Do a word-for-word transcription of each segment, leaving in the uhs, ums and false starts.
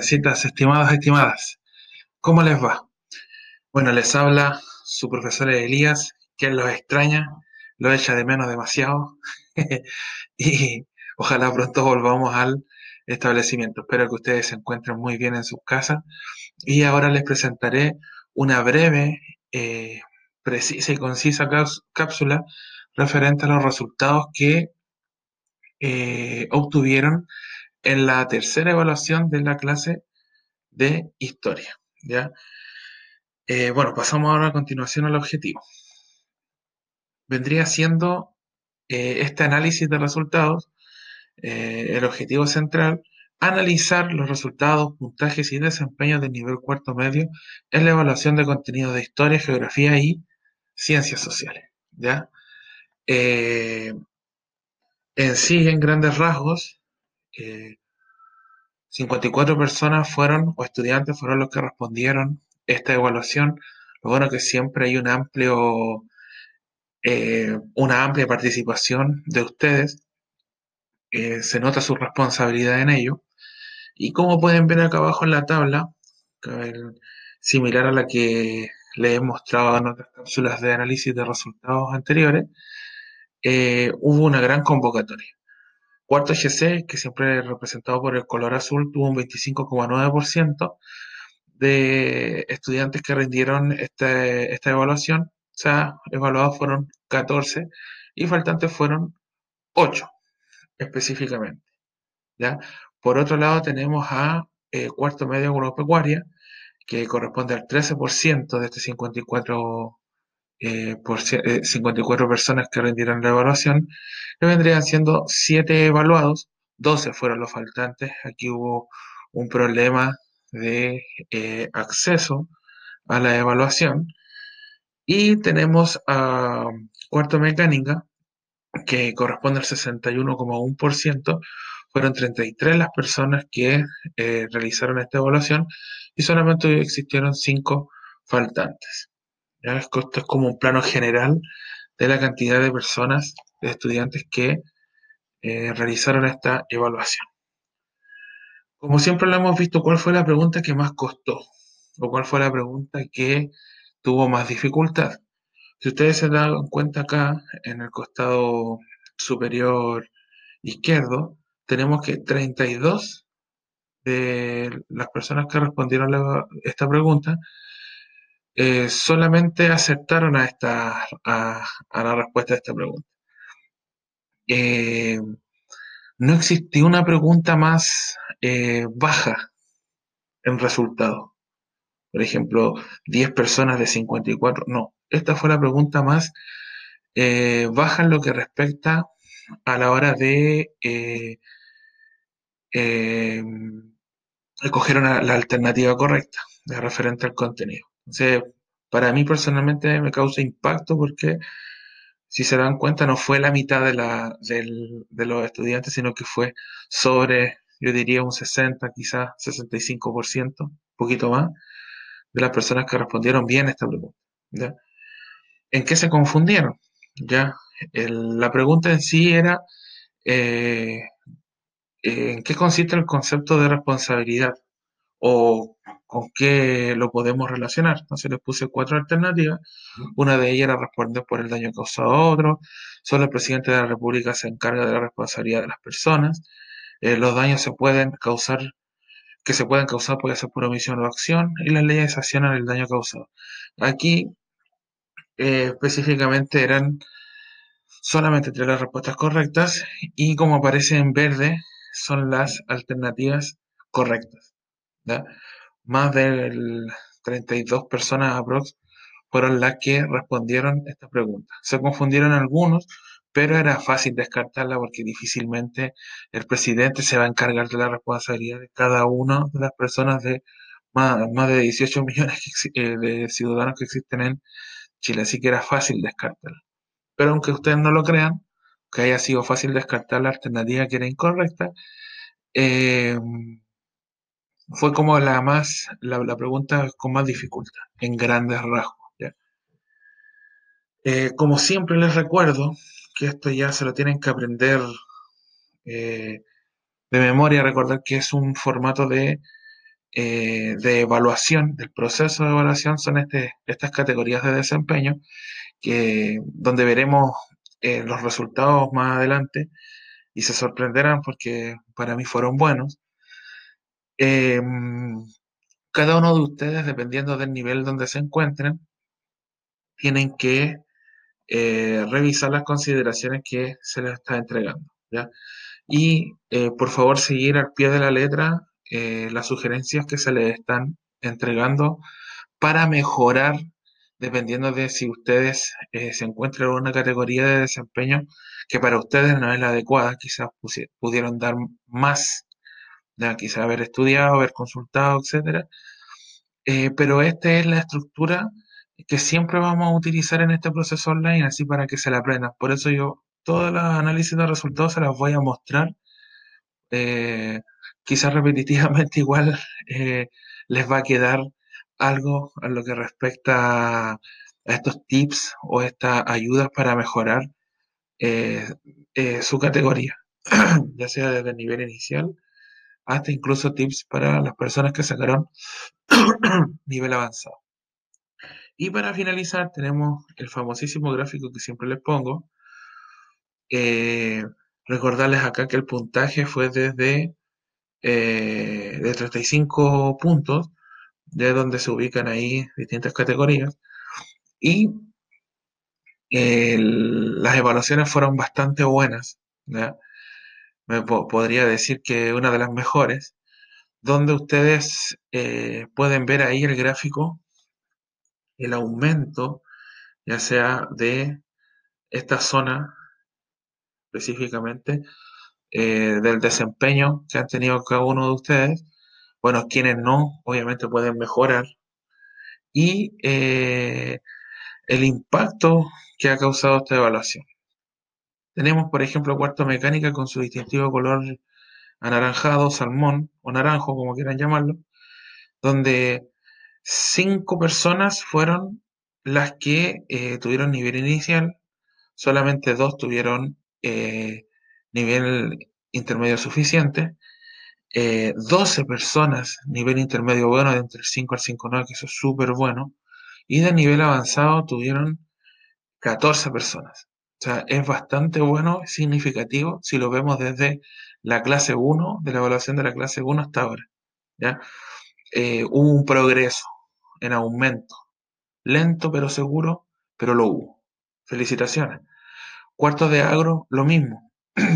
jovencitas, estimados, estimadas, ¿cómo les va? Bueno, les habla su profesor Elías, quien los extraña, lo echa de menos demasiado y ojalá pronto volvamos al establecimiento. Espero que ustedes se encuentren muy bien en sus casas y ahora les presentaré una breve, eh, precisa y concisa cas- cápsula referente a los resultados que eh, obtuvieron en la tercera evaluación de la clase de historia. ¿Ya? Eh, bueno, pasamos ahora a continuación al objetivo. Vendría siendo eh, este análisis de resultados, eh, el objetivo central, analizar los resultados, puntajes y desempeños del nivel cuarto medio en la evaluación de contenidos de historia, geografía y ciencias sociales. ¿Ya? Eh, en sí, en grandes rasgos, eh, cincuenta y cuatro personas fueron, o estudiantes fueron los que respondieron esta evaluación. Lo bueno es que siempre hay un amplio eh, una amplia participación de ustedes, eh, se nota su responsabilidad en ello. Y como pueden ver acá abajo en la tabla, el- similar a la que les he mostrado en otras cápsulas de análisis de resultados anteriores, eh, hubo una gran convocatoria. Cuarto G C, que siempre es representado por el color azul, tuvo un veinticinco coma nueve por ciento de estudiantes que rindieron este- esta evaluación. O sea, evaluados fueron catorce y faltantes fueron ocho específicamente, ¿ya? Por otro lado tenemos a eh, cuarto medio agropecuaria, que corresponde al trece por ciento de este cincuenta y cuatro, eh, por cien- eh, cincuenta y cuatro personas que rindieron la evaluación, que vendrían siendo siete evaluados, doce fueron los faltantes. Aquí hubo un problema de eh, acceso a la evaluación. Y tenemos a cuarto mecánica, que corresponde al sesenta y uno coma uno por ciento. Fueron treinta y tres las personas que eh, realizaron esta evaluación y solamente existieron cinco faltantes. ¿Ya? Esto es como un plano general de la cantidad de personas, de estudiantes que eh, realizaron esta evaluación. Como siempre lo hemos visto, ¿cuál fue la pregunta que más costó? ¿O cuál fue la pregunta que tuvo más dificultad? Si ustedes se dan cuenta acá, en el costado superior izquierdo, tenemos que treinta y dos de las personas que respondieron la- esta pregunta eh, solamente aceptaron a, esta, a, a la respuesta a esta pregunta. Eh, no existió una pregunta más eh, baja en resultado. Por ejemplo, diez personas de cincuenta y cuatro. No, esta fue la pregunta más eh, baja en lo que respecta a la hora de eh, eh, escoger una- la alternativa correcta de referente al contenido. Entonces, para mí personalmente me causa impacto porque si se dan cuenta no fue la mitad de, la, del- de los estudiantes, sino que fue sobre, yo diría un sesenta, quizás sesenta y cinco por ciento, un poquito más, de las personas que respondieron bien a esta pregunta. ¿Ya? ¿En qué se confundieron? ¿Ya? El- la pregunta en sí era, eh, ¿en qué consiste el concepto de responsabilidad? ¿O con qué lo podemos relacionar? Entonces les puse cuatro alternativas. Una de ellas era responder por el daño causado a otro. Solo el presidente de la República se encarga de la responsabilidad de las personas. Eh, los daños se pueden causar, que se pueden causar puede ser por omisión o acción, y las leyes sancionan el daño causado. Aquí eh, específicamente eran solamente tres las respuestas correctas, y como aparece en verde, son las alternativas correctas. ¿Ya? Más del treinta y dos personas aprox fueron las que respondieron esta pregunta. Se confundieron algunos, pero era fácil descartarla porque difícilmente el presidente se va a encargar de la responsabilidad de cada una de las personas de más, más de dieciocho millones que exi- eh, de ciudadanos que existen en Chile, así que era fácil descartarla. Pero aunque ustedes no lo crean, que haya sido fácil descartar la alternativa que era incorrecta, eh, fue como la más, la, la pregunta con más dificultad, en grandes rasgos. ¿Ya? Eh, como siempre les recuerdo que esto ya se lo tienen que aprender eh, de memoria, recordar que es un formato de eh, de evaluación, del proceso de evaluación, son este, estas categorías de desempeño, que, donde veremos eh, los resultados más adelante y se sorprenderán porque para mí fueron buenos. Eh, Cada uno de ustedes, dependiendo del nivel donde se encuentren, tienen que eh, revisar las consideraciones que se les está entregando, ¿ya? Y eh, por favor seguir al pie de la letra eh, las sugerencias que se les están entregando para mejorar, dependiendo de si ustedes eh, se encuentran en una categoría de desempeño que para ustedes no es la adecuada, quizás pusi- pudieron dar más, ya quizás haber estudiado, haber consultado, etcétera. Eh, pero esta es la estructura que siempre vamos a utilizar en este proceso online, así para que se la aprendan. Por eso yo todos los análisis de resultados se las voy a mostrar, eh, quizás repetitivamente igual eh, les va a quedar algo a lo que respecta a estos tips o estas ayudas para mejorar eh, eh, su categoría, ya sea desde el nivel inicial hasta incluso tips para las personas que sacaron nivel avanzado. Y para finalizar tenemos el famosísimo gráfico que siempre les pongo. Eh, Recordarles acá que el puntaje fue desde eh, de treinta y cinco puntos, de donde se ubican ahí distintas categorías. Y eh, el- las evaluaciones fueron bastante buenas, ¿ya? Me po- podría decir que una de las mejores, donde ustedes eh, pueden ver ahí el gráfico, el aumento, ya sea de esta zona específicamente, eh, del desempeño que han tenido cada uno de ustedes. Bueno, quienes no, obviamente pueden mejorar. Y eh, el impacto que ha causado esta evaluación. Tenemos, por ejemplo, cuarto mecánica con su distintivo color anaranjado, salmón o naranjo, como quieran llamarlo, donde cinco personas fueron las que eh, tuvieron nivel inicial, solamente dos tuvieron eh, nivel intermedio suficiente, eh, doce personas nivel intermedio bueno, de entre el cinco al cinco punto nueve, que eso es súper bueno, y de nivel avanzado tuvieron catorce personas. O sea, es bastante bueno, significativo, si lo vemos desde la clase uno, de la evaluación de la clase uno hasta ahora. ¿Ya? Eh, hubo un progreso en aumento, lento pero seguro, pero lo hubo. Felicitaciones. Cuartos de agro, lo mismo.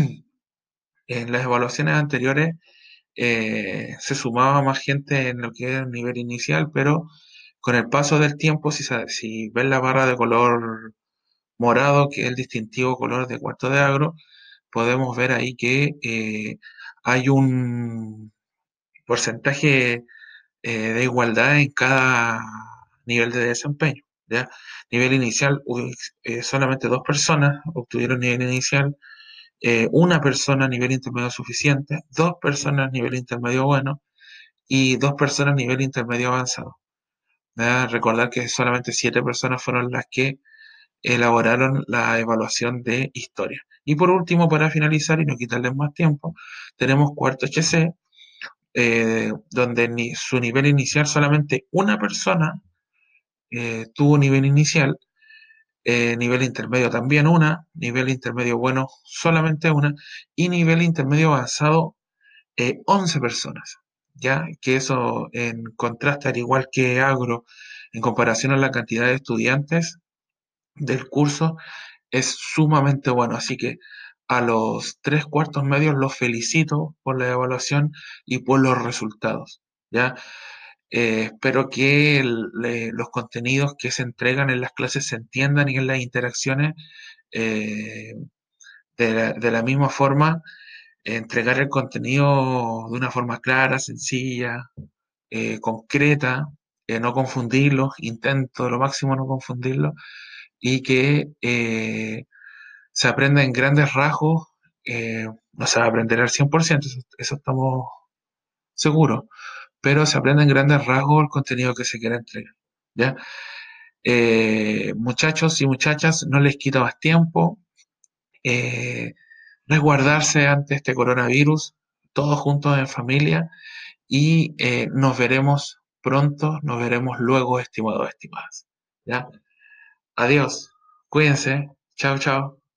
En las evaluaciones anteriores eh, se sumaba más gente en lo que era el nivel inicial, pero con el paso del tiempo, si, sa- si ven la barra de color morado, que es el distintivo color de cuarto de agro, podemos ver ahí que eh, hay un porcentaje eh, de igualdad en cada nivel de desempeño. ¿Ya? Nivel inicial, uy, eh, solamente dos personas obtuvieron nivel inicial, eh, una persona a nivel intermedio suficiente, dos personas a nivel intermedio bueno y dos personas a nivel intermedio avanzado. ¿Ya? Recordar que solamente siete personas fueron las que elaboraron la evaluación de historia. Y por último, para finalizar y no quitarles más tiempo, tenemos cuarto H C, eh, donde ni, su nivel inicial solamente una persona eh, tuvo nivel inicial, eh, nivel intermedio también una, nivel intermedio bueno solamente una, y nivel intermedio avanzado eh, once personas. Ya que eso en contraste, al igual que agro, en comparación a la cantidad de estudiantes del curso, es sumamente bueno. Así que a los tres cuartos medios los felicito por la evaluación y por los resultados. ¿Ya? Eh, espero que el- le- los contenidos que se entregan en las clases se entiendan y en las interacciones eh, de la, de la misma forma, eh, entregar el contenido de una forma clara, sencilla, eh, concreta, eh, no confundirlos, intento lo máximo no confundirlos, y que eh, se aprenda en grandes rasgos, eh, no se va a aprender al cien por ciento, eso, eso estamos seguros, pero se aprende en grandes rasgos el contenido que se quiere entregar. ¿Ya? Eh, muchachos y muchachas, no les quito más tiempo. Eh, Resguardarse ante este coronavirus, todos juntos en familia, y eh, nos veremos pronto, nos veremos luego, estimados, estimadas. ¿Ya? Adiós, cuídense, chao, chao.